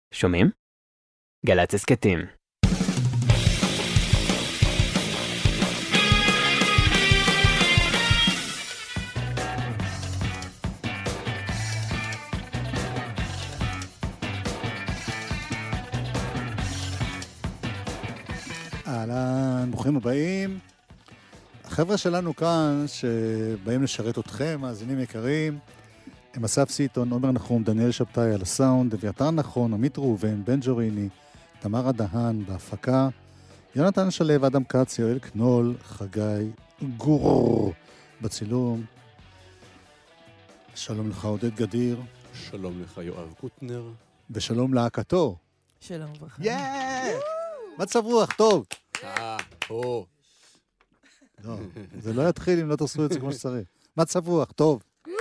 שומעים? גל"צ הסכתים. אהלן, ברוכים הבאים. החבר'ה שלנו כאן, שבאים לשרת אתכם, מאזינים יקרים, הם אסף סיטון, עומר נחום, דניאל שבתאי על הסאונד, אביתר נכון, עמית ראובן, בן ג'וריני, תמרה דהן בהפקה, יונתן שלו, אדם כץ, יואל קנול, חגי גור בצילום. שלום לך עודד גדיר. שלום לך יואב קוטנר. ושלום להקתו. שלום וברכה. מצב רוח, טוב. לא, זה לא יתחיל אם לא תעשו את זה כמו שצריך. מצב רוח, טוב.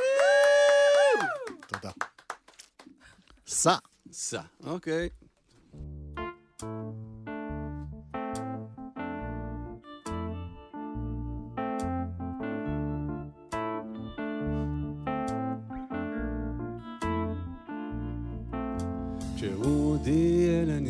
תודה. סע. אוקיי. כשרודי אלן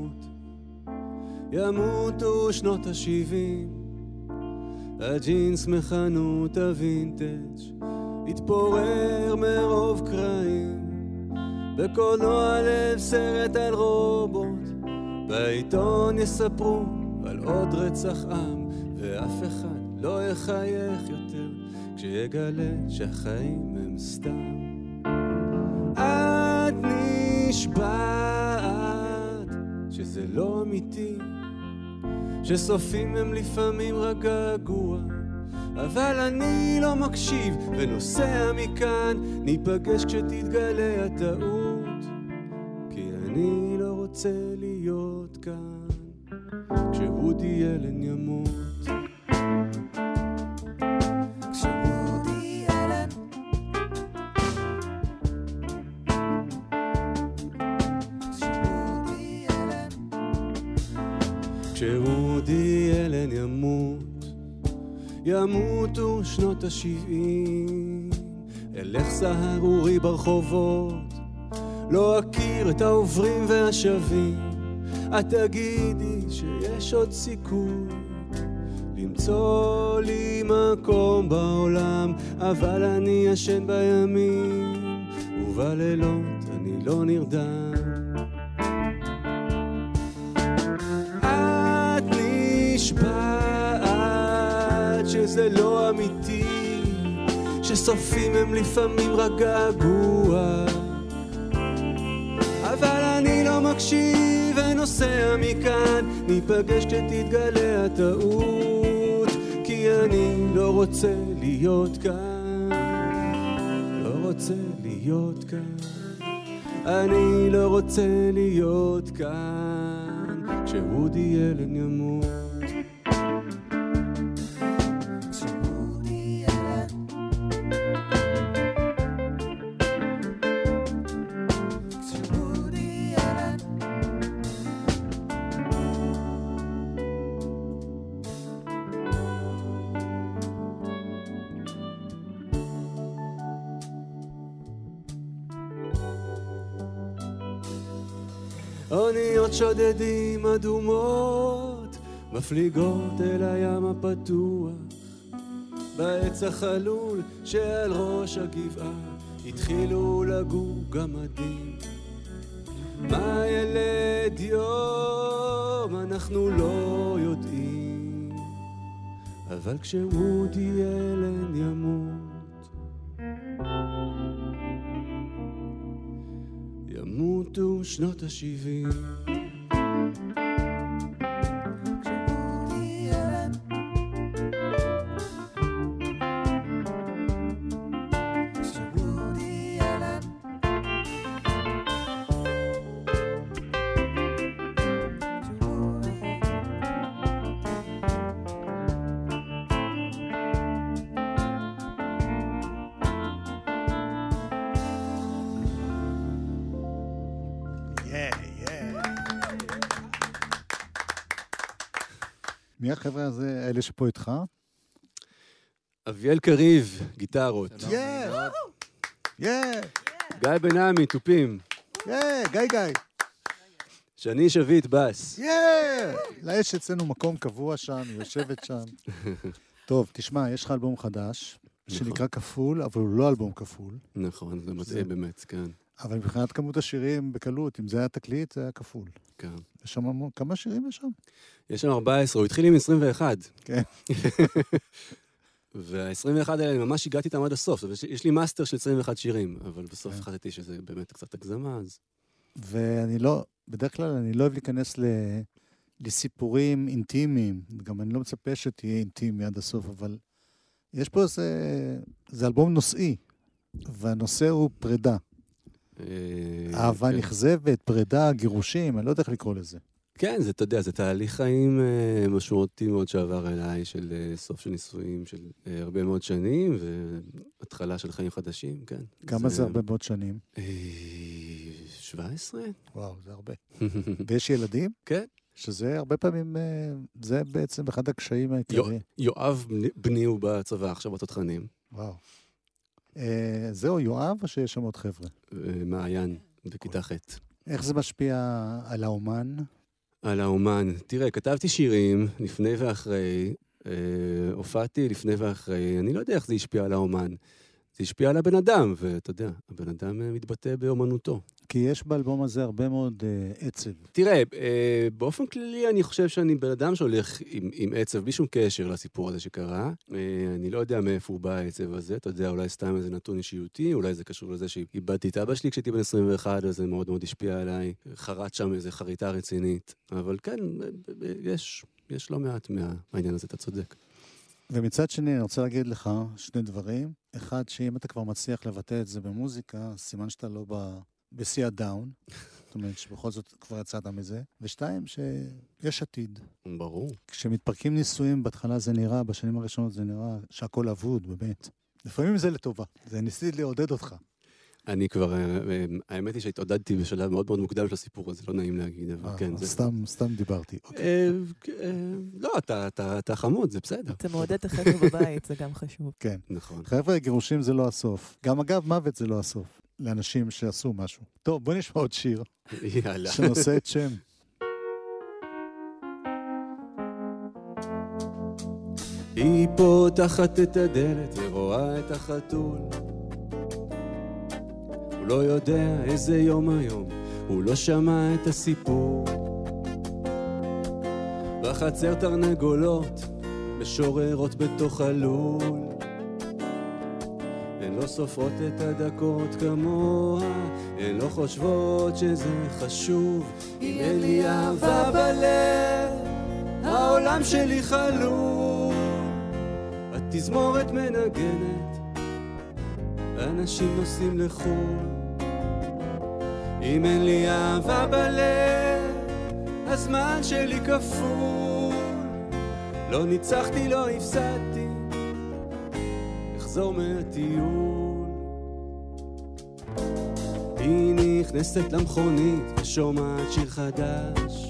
ימותו שנות ה-70, הג'ינס מחנות הווינטג' התפורר מרוב קרעים, בקולנוע לב סרט על רובוט, בעיתון יספרו על עוד רצח עם, ואף אחד לא יחייך יותר כשיגלה שהחיים הם סתם. את נשבעת שזה לא אמיתי, שסופים הם לפעמים רק געגוע, אבל אני לא מקשיב ונוסע מכאן, ניפגש כשתתגלה הטעות, כי אני לא רוצה להיות כאן כשרודי אלן ימות. כשרודי אלן כשרודי אלן ימותו שנות ה-70, אלך סהרורי ברחובות, לא אכיר את העוברים והשבים. את תגידי שיש עוד סיכוי למצוא לי מקום בעולם, אבל אני ישן בימים ובלילות אני לא נרדם. את נשבעת שזה לא אמיתי, שסופים הם לפעמים רק געגוע, אבל אני לא מקשיב ונוסע מכאן, ניפגש כשתתגלה הטעות, כי אני לא רוצה להיות כאן, לא רוצה להיות כאן, אני לא רוצה להיות כאן כשרודי אלן ימות. אוניות שודדים אדומות מפליגות אל הים הפתוח, בעץ החלול שעל ראש הגבעה התחילו לגור גמדים. מה ילד יום אנחנו לא יודעים, אבל כשרודי אלן ימות ימותו שנות ה-70. מי החבר'ה הזה, האלה שפה איתך? אביאל קריב, גיטרות. גיא בן עמי, תופים. גיא. שני שביט בס. לה יש אצלנו מקום קבוע שם, היא יושבת שם. טוב, תשמע, יש לך אלבום חדש, שנקרא כפול, אבל הוא לא אלבום כפול. נכון, זה מתאים באמת, כן. אבל מבחינת כמות השירים בקלות, אם זה היה תקליט, זה היה כפול. כן. יש שם כמה שירים יש שם? יש שם 14, הוא התחיל עם 21. כן. וה-21 האלה, ממש הגעתי איתם עד הסוף. יש לי מאסטר של 21 שירים, אבל בסוף חשבתי שזה באמת קצת הגזמה, אז... ואני לא, בדרך כלל אני לא אוהב להיכנס לסיפורים אינטימיים. גם אני לא מצפה שתהיה אינטימי עד הסוף, אבל יש פה זה אלבום נושאי, והנושא הוא פרידה. אהבה נכזבת, פרידה, גירושים, אני לא יודע איך לקרוא לזה. כן, אתה יודע, זה תהליך חיים משמעותי מאוד שעבר אליי, של סוף של נישואים, של הרבה מאוד שנים, והתחלה של חיים חדשים, כן. כמה זה הרבה מאוד שנים? 17? וואו, זה הרבה. ויש ילדים? כן. שזה הרבה פעמים, זה בעצם אחד הקשיים העיקריים. יואב בני הוא בצבא, עכשיו בתותחנים. וואו. זהו יואב או שיש שם עוד חבר'ה? מעיין, בכיתה ח'. איך זה משפיע על האומן? על האומן. תראה, כתבתי שירים לפני ואחרי, הופעתי לפני ואחרי, אני לא יודע איך זה השפיע על האומן. זה השפיע על הבן אדם, ואתה יודע, הבן אדם מתבטא באומנותו. כי יש באלבום הזה הרבה מאוד עצב. תראה, באופן כללי אני חושב שאני בן אדם שהולך עם עצב, בלי שום קשר לסיפור הזה שקרה. אני לא יודע מאיפה הוא בא העצב הזה, אתה יודע, אולי סתם איזה נתון אישיותי, אולי זה קשור לזה שאיבדתי את אבא שלי כשהייתי בן 21, אז זה מאוד מאוד השפיע עליי. חרט שם איזו חריטה רצינית. אבל כן, יש לא מעט מהעניין הזה, אתה צודק. ומצד שני, אני רוצה להגיד לך שני דברים. אחד, שאם אתה כבר מצליח לבטא את זה במוזיקה, סימן שאתה לא בשיא הדאון. זאת אומרת, שבכל זאת כבר יצאת מזה. ושתיים, שיש עתיד. ברור. כשמתפרקים ניסויים, בהתחלה זה נראה, בשנים הראשונות זה נראה שהכל אבוד, באמת. לפעמים זה לטובה. זה ניסיתי לעודד אותך. אני כבר, האמת היא שהתעודדתי בשלב מאוד מאוד מוקדם של הסיפור הזה, לא נעים להגיד, אבל כן. סתם דיברתי. לא, אתה חמוד, זה בסדר. אתה מעודד את החבר'ה בבית, זה גם חשוב. כן. נכון. חבר'ה, גירושים זה לא הסוף. גם אגב, מוות זה לא הסוף. לאנשים שעשו משהו. טוב, בוא נשמע עוד שיר. יאללה. שנושא את שם. היא פותחת את הדלת ורואה את החתול. הוא לא יודע איזה יום היום, הוא לא שמע את הסיפור. בחצר תרנגולות משוררות בתוך הלול, הן לא סופרות את הדקות כמוה, הן לא חושבות שזה חשוב. אם אין לי אהבה בלב, העולם שלי חלול. התזמורת מנגנת, אנשים נוסעים לחול. אם אין לי אהבה בלב, הזמן שלי כפול. לא ניצחתי, לא הפסדתי, אחזור מהטיול. היא נכנסת למכונית ושומעת שיר חדש.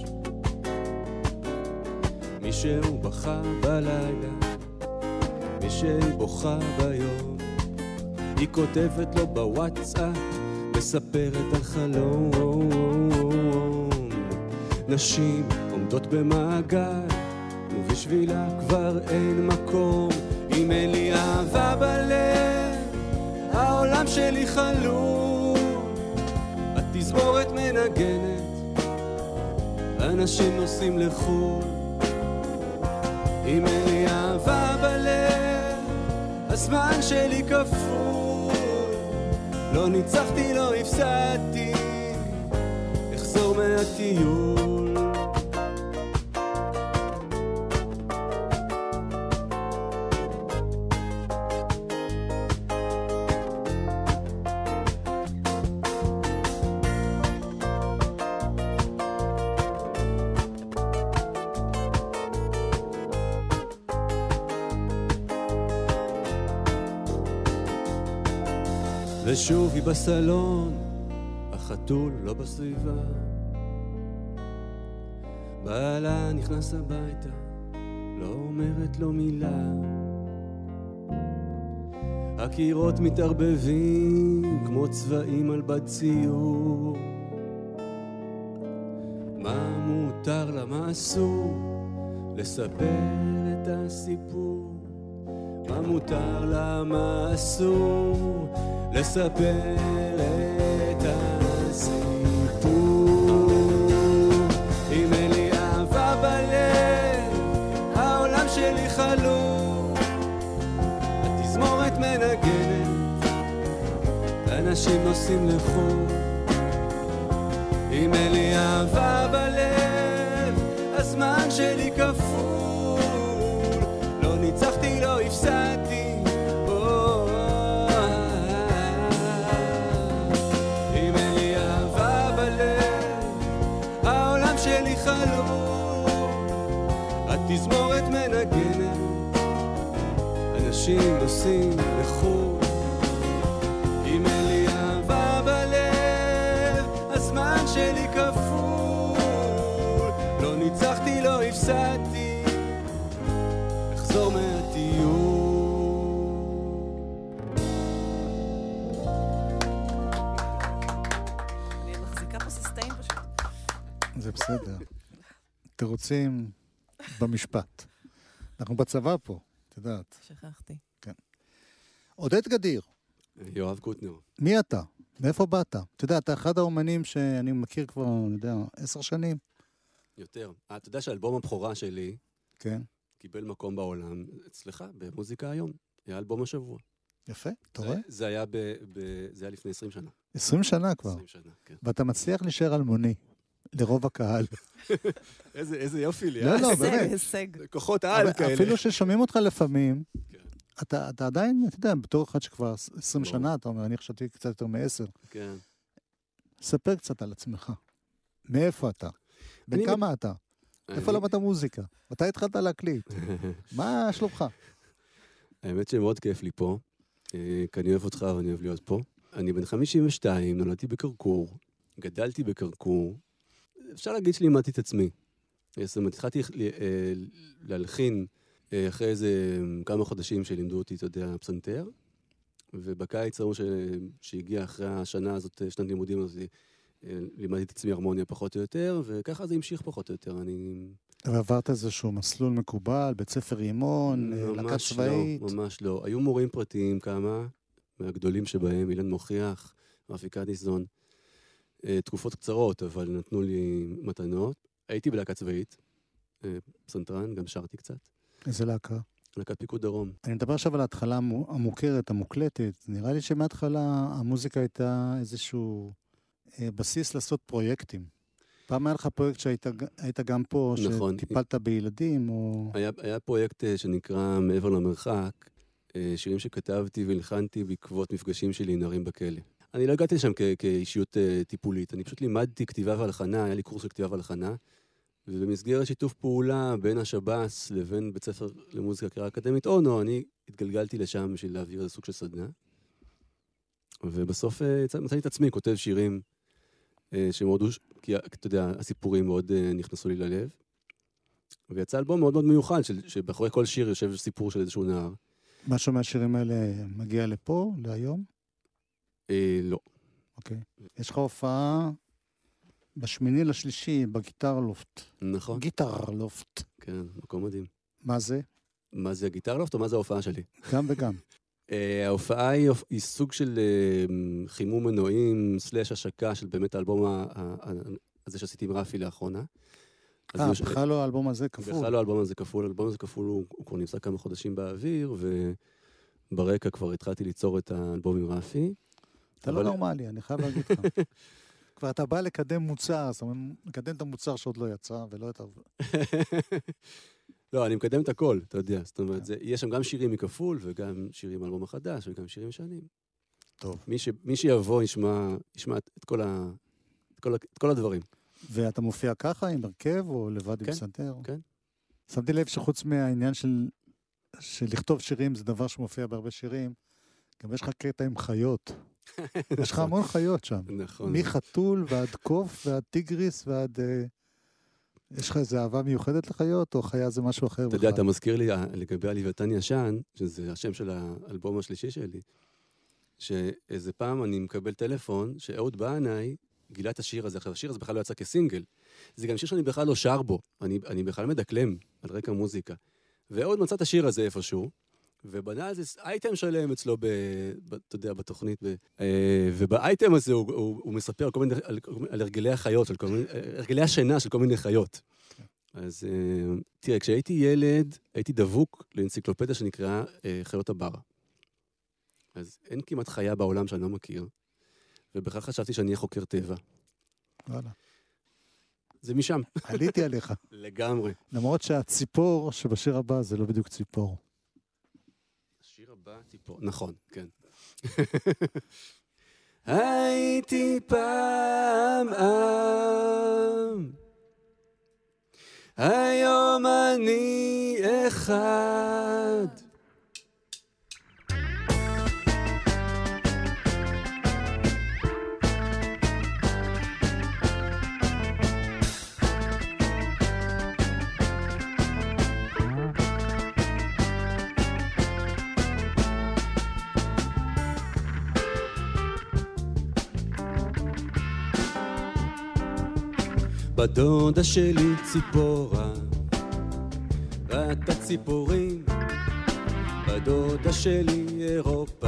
מישהו בכה בלילה, מישהו בוכה ביום. היא כותבת לו בוואטסאפ, מספרת על חלום. נשים עומדות במעגל, ובשבילה כבר אין מקום. אם אין לי אהבה בלב, העולם שלי חלול. התזמורת מנגנת, אנשים נוסעים לחול. אם אין לי אהבה בלב, הזמן שלי כפול. לא ניצחתי, לא הפסדתי, אחזור מהטיול. ושוב היא בסלון, החתול לא בסביבה. בעלה נכנס הביתה, לא אומרת לו מילה. הקירות מתערבבים כמו צבעים על בד ציור. מה מותר לה, מה אסור, לספר את הסיפור. מה מותר לה, מה אסור, לספר את הסיפור. אם אין לי אהבה בלב, העולם שלי חלום. התזמורת מנגנת, אנשים נוסעים לחור. אם אין לי אהבה בלב, הזמן שלי כפול. לא ניצחתי, לא הפסדתי. אם אין לי אהבה בלב, העולם שלי חלום. התזמורת מנגנת, אנשים נוסעים לחור. אם אין לי אהבה בלב, הזמן שלי כפול. לא ניצחתי, לא הפסדתי, אחזור מהטיול. אני מחזיקה פה ססטיין פשוט. זה בסדר. תירוצים במשפט. אנחנו בצבא פה, את יודעת. שכחתי. עודד גדיר, יואב קוטנר. מי אתה? מאיפה באת? אתה יודע, אתה אחד האומנים שאני מכיר כבר, אני יודע, 10 שנים. יותר. אתה יודע שהאלבום הבכורה שלי כן. קיבל מקום בעולם אצלך, במוזיקה היום. היה אלבום השבוע. יפה, אתה רואה? זה היה זה היה לפני 20 שנה. 20 שנה כבר. 20 שנה, כן. ואתה מצליח להישאר אלמוני, לרוב הקהל. איזה יופי לי. לא, לא, הישג, באמת. הישג. כוחות העל כאלה. אפילו ששומעים אותך לפעמים, כן. אתה עדיין, אתה יודע, בתור אחד שכבר 20 ברור. שנה, אתה אומר, אני חשבתי קצת יותר מ10. כן. ספר קצת על עצמך. מאיפה אתה? בן אני- כמה אתה? איפה אני- למדת מוזיקה? מתי התחלת להקליט? מה שלומך? האמת שמאוד כיף לי פה, כי אני אוהב אותך ואני אוהב להיות פה. אני בן 52, נולדתי בקרקור, גדלתי בקרקור. אפשר להגיד שלימדתי את עצמי. זאת אומרת, התחלתי להלחין אחרי איזה כמה חודשים שלימדו אותי, אתה יודע, פסנתר, ובקיץ ההוא שהגיע אחרי השנה הזאת, שנת לימודים הזאת, לימדתי את עצמי הרמוניה פחות או יותר, וככה זה המשיך פחות או יותר. אני... ועברת איזשהו מסלול מקובל, בית ספר רימון, להקה צבאית. ממש לא. היו מורים פרטיים כמה, מהגדולים שבהם, אילן מוכיח, רפי קדיסון, תקופות קצרות, אבל נתנו לי מתנות. הייתי בלהקה צבאית, פסנתרן, גם שרתי קצת. איזה להקה? להקת פיקוד דרום. אני מדבר עכשיו על ההתחלה המוכרת, המוקלטת. נראה לי שמההתחלה המוזיקה הייתה איזשהו בסיס לעשות פרויקטים. פעם היה לך פרויקט שהיית גם פה, נכון. שטיפלת בילדים, או... היה פרויקט שנקרא מעבר למרחק, שירים שכתבתי והלחנתי בעקבות מפגשים שלי עם נערים בכלא. אני לא הגעתי לשם כאישיות טיפולית, אני פשוט לימדתי כתיבה והלחנה, היה לי קורס של כתיבה והלחנה, ובמסגרת שיתוף פעולה בין השב"ס לבין בית ספר למוזיקה קריאה אקדמית אונו, אני התגלגלתי לשם בשביל להעביר איזה סוג של סדנה. ובסוף מצאתי את עצמי, כותב שירים שמאוד, כי אתה יודע, הסיפורים מאוד נכנסו לי ללב. ויצא אלבום מאוד מאוד מיוחד, שבאחורי כל שיר יושב סיפור של איזשהו נער. משהו מהשירים האלה מגיע לפה, להיום? לא. אוקיי. יש לך הופעה ב8.3 בגיטר לופט. נכון. גיטר לופט. כן, מקום מדהים. מה זה? מה זה הגיטר לופט או מה זה ההופעה שלי? גם וגם. ההופעה היא סוג של חימום מנועים, סלש השקה של באמת האלבום הזה שעשיתי עם רפי לאחרונה. בכלל לא האלבום הזה כפול. בכלל לא האלבום הזה כפול. האלבום הזה כפול הוא כבר נמצא כמה חודשים באוויר, וברקע כבר התחלתי ליצור את האלבום עם רפי. אתה לא נורמלי, אני חייב להגיד לך. כבר אתה בא לקדם מוצר, זאת אומרת, לקדם את המוצר שעוד לא יצא, ולא את... לא, אני מקדם את הכל, אתה יודע. זאת אומרת, יש שם גם שירים מכפול, וגם שירים מאלבום החדש, וגם שירים שנים. טוב. מי שיבוא ישמע את כל הדברים. ואתה מופיע ככה עם הרכב, או לבד עם פסנתר? כן. שמתי לב שחוץ מהעניין של לכתוב שירים, זה דבר שמופיע בהרבה שירים, גם יש לך קטע עם חיות. יש לך המון חיות שם. נכון. מחתול ועד קוף ועד טיגריס ועד... יש לך איזו אהבה מיוחדת לחיות, או חיה זה משהו אחר? אתה יודע, אתה מזכיר לי לגבי הלוויתן ישן, שזה השם של האלבום השלישי שלי, שאיזה פעם אני מקבל טלפון שאהוד בנאי גילה את השיר הזה. עכשיו, השיר הזה בכלל לא יצא כסינגל. זה גם שיר שאני בכלל לא שר בו. אני בכלל מדקלם על רקע מוזיקה. ועוד מצא את השיר הזה איפשהו, ובנה איזה אייטם שלם אצלו, אתה יודע, בתוכנית. ובאייטם הזה הוא מספר על הרגלי החיות, הרגלי השינה של כל מיני חיות. אז תראה, כשהייתי ילד, הייתי דבוק לאנציקלופדיה שנקראה חיות הבר. אז אין כמעט חיה בעולם שאני לא מכיר, ובכלל חשבתי שאני אהיה חוקר טבע. וואלה. זה משם. עליתי עליך. לגמרי. למרות שהציפור שבשיר הבא זה לא בדיוק ציפור. השיר הבא, ציפור. נכון, כן. הייתי פעם עם, היום אני אחד. בדודה שלי ציפורה, ראתה ציפורים. בדודה שלי אירופה,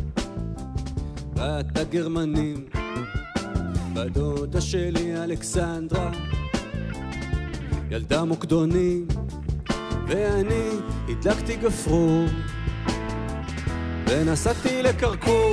ראתה גרמנים. בדודה שלי אלכסנדרה, ילדה מוקדונים. ואני הדלקתי גפרור ונסעתי לקרקור.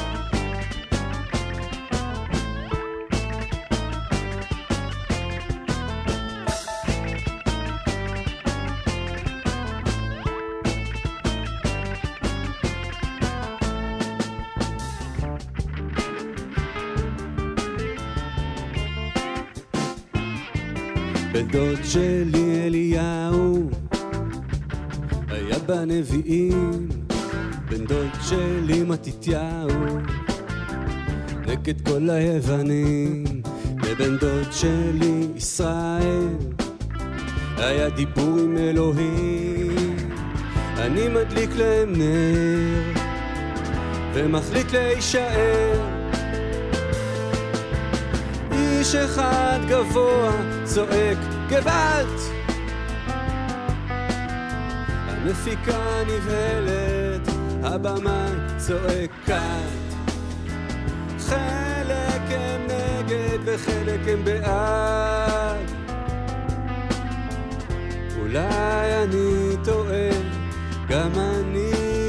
בן דוד שלי אליהו היה בנביאים. בן דוד שלי מתתיהו נגד כל היוונים. ובן דוד שלי ישראל היה דיבור עם אלוהים. אני מדליק להם נר ומחליט להישאר. איש אחד גבוה צועק גוואלד, המפיקה נבהלת, הבמה צועקת. חלק הם נגד וחלק הם בעד. אולי אני טועה, גם אני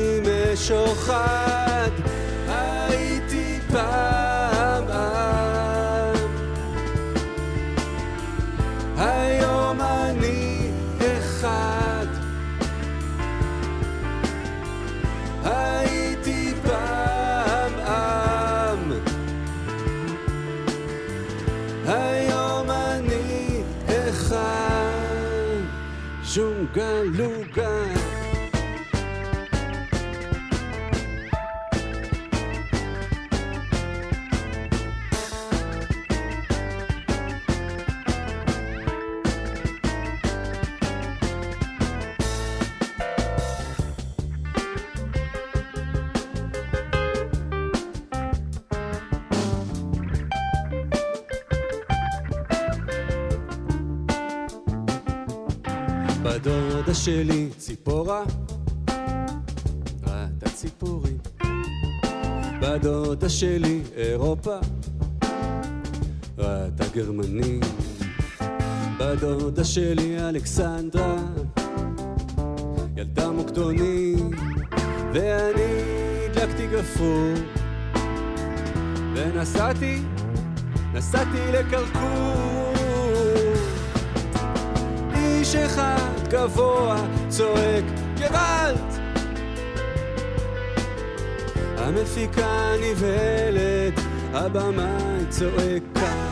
משוחד. הייתי פעם עם, היום אני אחד. הייתי פעם עם, היום אני אחד. ז'ונגה לוגה. בדודה שלי ציפורה ראתה ציפורים. בדודה שלי אירופה ראתה גרמנים. בדודה שלי אלכסנדרה ילדה מוקדונים. ואני הדלקתי גפרור ונסעתי לקרקור. איש אחד גבוה צועק גוואלד, המפיקה נבהלת, הבמה צועקה.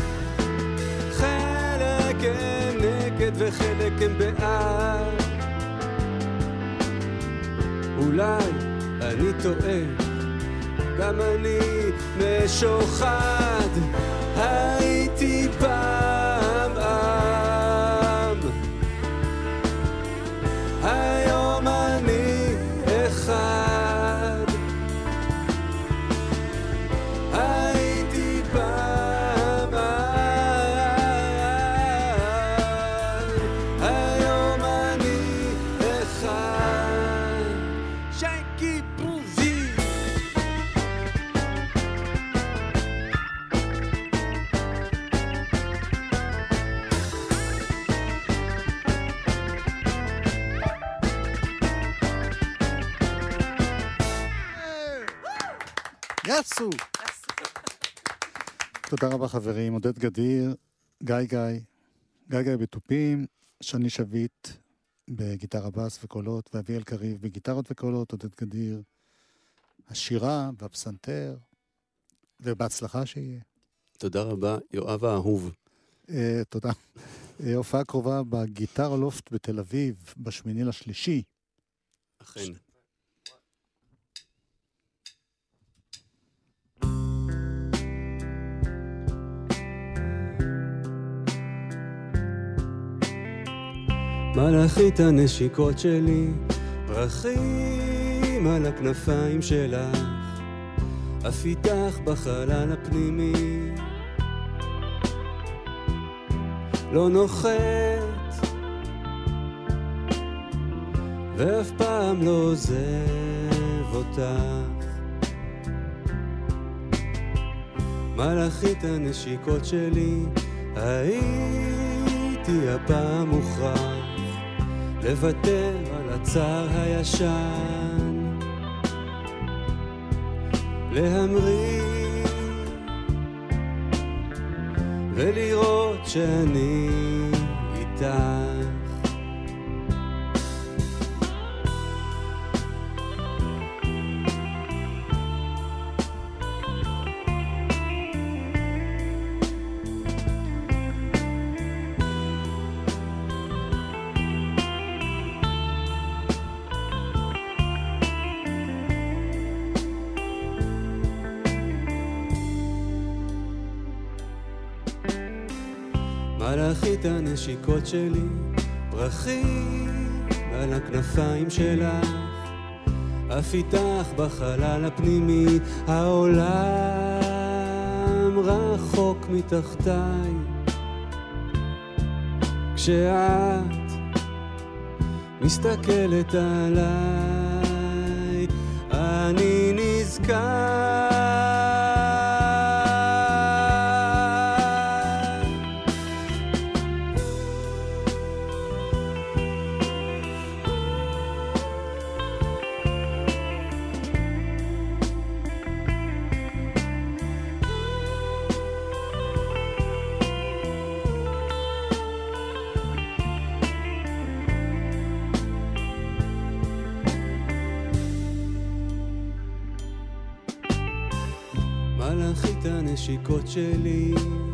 חלק הם נגד וחלק הם בעד. אולי אני טועה, גם אני משוחד. הייתי פעם עם, היום אני אחד. הייתי פעם יסו! תודה רבה חברים, עודד גדיר, גיא בתופים, שני שביט בגיטרה בס וקולות, ואביאל קריב בגיטרות וקולות, עודד גדיר, השירה והפסנתר, ובהצלחה שיהיה. תודה רבה, יואב האהוב. תודה. הופעה קרובה בגיטרה לופט בתל אביב, ב8/3. אכן. מלאכית הנשיקות שלי, פרחים על הכנפיים שלך, אף איתך בחלל הפנימי, לא נוחת ואף פעם לא עוזב אותך. מלאכית הנשיקות שלי, הייתי הפעם מוכרח לוותר על הצער הישן, להמריא ולראות שאני איתך. מלאכית הנשיקות שלי, פרחים על הכנפיים שלך, אף איתך בחלל הפנימי, העולם רחוק מתחתיי, כשאת מסתכלת עליי, אני נזכר מלאכית הנשיקות שלי.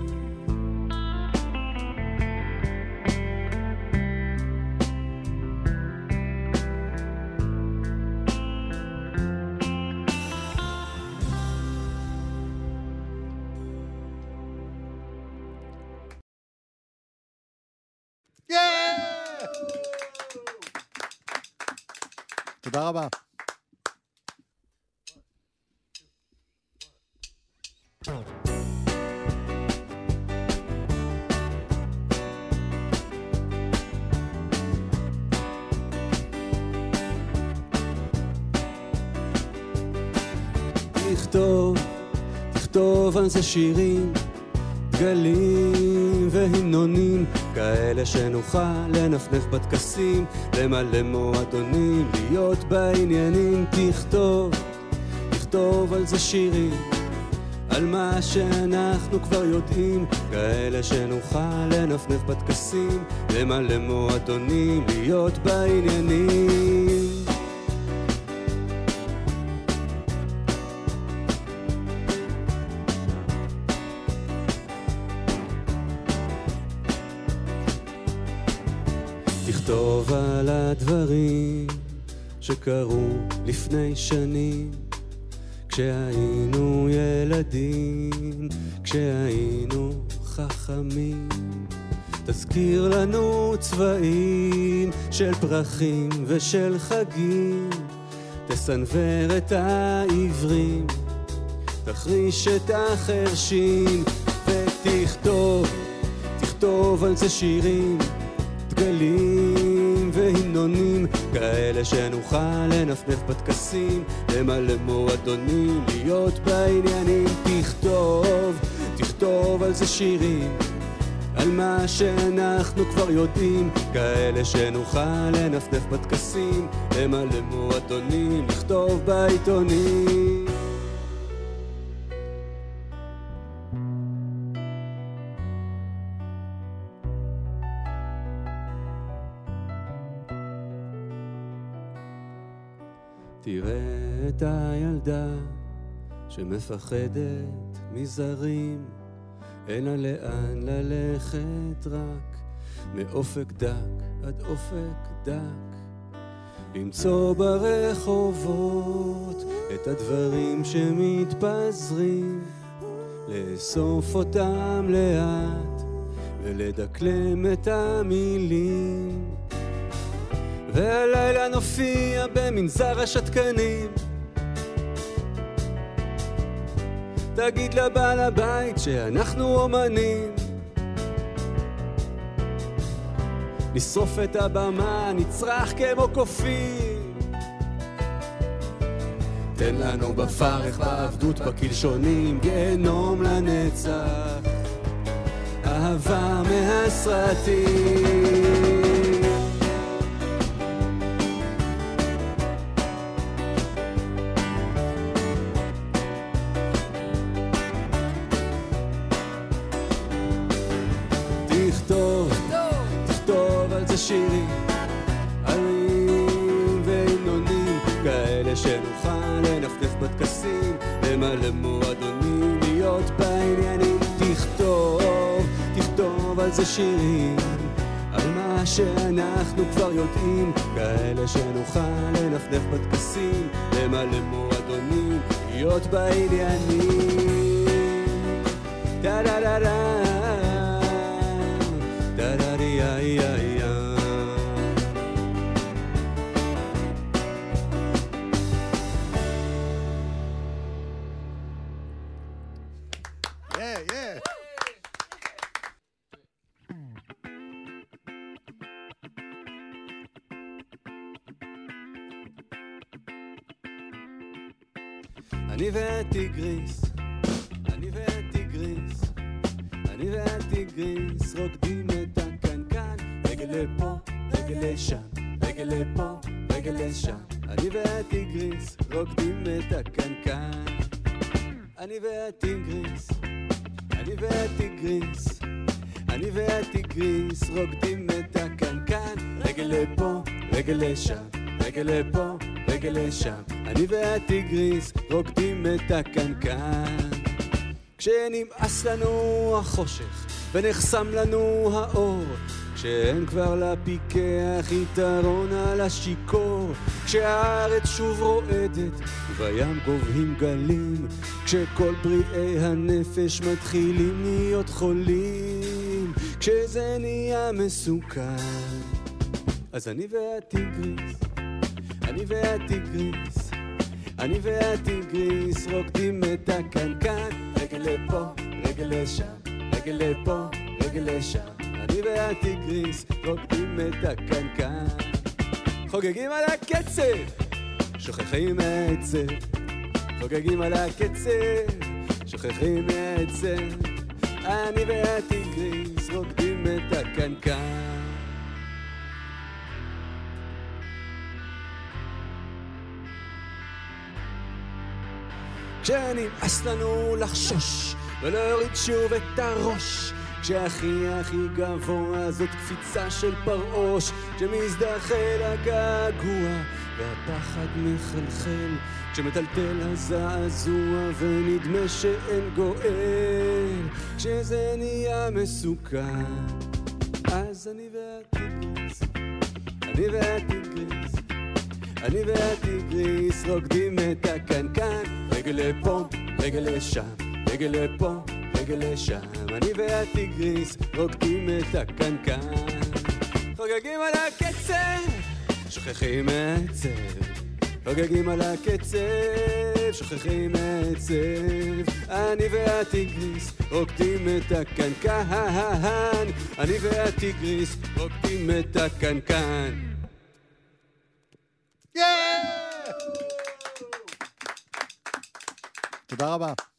תודה רבה. תכתוב על זה שירים, דגלים והמנונים, כאלה שנוכל לנפנף בטקסים, למלא מועדונים, להיות בעניינים. תכתוב על זה שירים, על מה שאנחנו כבר יודעים, כאלה שנוכל לנפנף בטקסים, למלא מועדונים, להיות בעניינים. תכתוב על הדברים שקרו לפני שנים, כשהיינו ילדים, כשהיינו חכמים. תזכיר לנו צבעים של פרחים ושל חגים, תסנבר את העברים, תחריש את החרשים, ותכתוב על זה שירים, דגלים והמנונים, כאלה שנוכל לנפנף בטקסים, למלא מועדונים, להיות בעניינים. תכתוב על זה שירים, על מה שאנחנו כבר יודעים, כאלה שנוכל לנפנף בטקסים, למלא מועדונים, לכתוב בעיתונים. תראה את הילדה שמפחדת מזרים, אין לה לאן ללכת, רק מאופק דק עד אופק דק, למצוא ברחובות את הדברים שמתפזרים, לאסוף אותם לאט ולדקלם את המילים. והלילה נופיע במנזר השתקנים, תגיד לבעל הבית שאנחנו אומנים, נשרוף את הבמה, נצרח כמו קופים, תן לנו בפרך, בעבדות, בקלשונים, גיהנום לנצח, אהבה מהסרטים. תכתוב על זה שירים, ערים ועינונים, כאלה שנוכל לנפנף בטקסים, למלא מועדונים, להיות בעניינים. תכתוב על זה שירים, על מה שאנחנו כבר יודעים, כאלה שנוכל לנפנף בטקסים, למלא מועדונים, להיות בעניינים. דה דה דה דה אני והטיגריס, אני והטיגריס, אני והטיגריס, רוקדים את הקנקן, רגל לפה, רגל לשם, רגל לפה, רגל לשם. אני והטיגריס, רוקדים את הקנקן. אני והטיגריס, אני והטיגריס, אני והטיגריס, רוקדים את הקנקן, רגל לפה, רגל לשם, רגל לפה, רגל לשם. אני והטיגריס רוקדים את הקנקן. כשנמאס לנו החושך ונחסם לנו האור, כשאין כבר לפיקח יתרון על השיקור, כשהארץ שוב רועדת ובים גובהים גלים, כשכל בריאי הנפש מתחילים להיות חולים, כשזה נהיה מסוכן, אז אני והטיגריס, אני והטיגריס, אני והטיגריס רוקדים את הקנקן, רגל לפה, רגל לשם, רגל לפה, רגל לשם. אני והטיגריס רוקדים את הקנקן, חוגגים על הקצב, שוכחים מעצב, חוגגים על הקצב, שוכחים מעצב. אני והטיגריס רוקדים את הקנקן. כשנמאס לנו לחשוש ולהוריד שוב את הראש, כשהכי הכי גבוה זאת קפיצה של פרעוש, כשמזדחל הגעגוע והפחד מחלחל, כשמטלטל הזעזוע ונדמה שאין גואל, כשזה נהיה מסוכן, אז אני והטיגריס, אני והטיגריס, אני והטיגריס רוקדים את הקנקן, רגל לפה, רגל לשם, רגל לפה, רגל לשם. אני והטיגריס רוקדים את הקנקן, חוגגים על הקצב, שוכחים מעצב, חוגגים על הקצב, שוכחים מעצב. אני והטיגריס רוקדים את הקנקן, אני והטיגריס רוקדים את הקנקן. תודה רבה.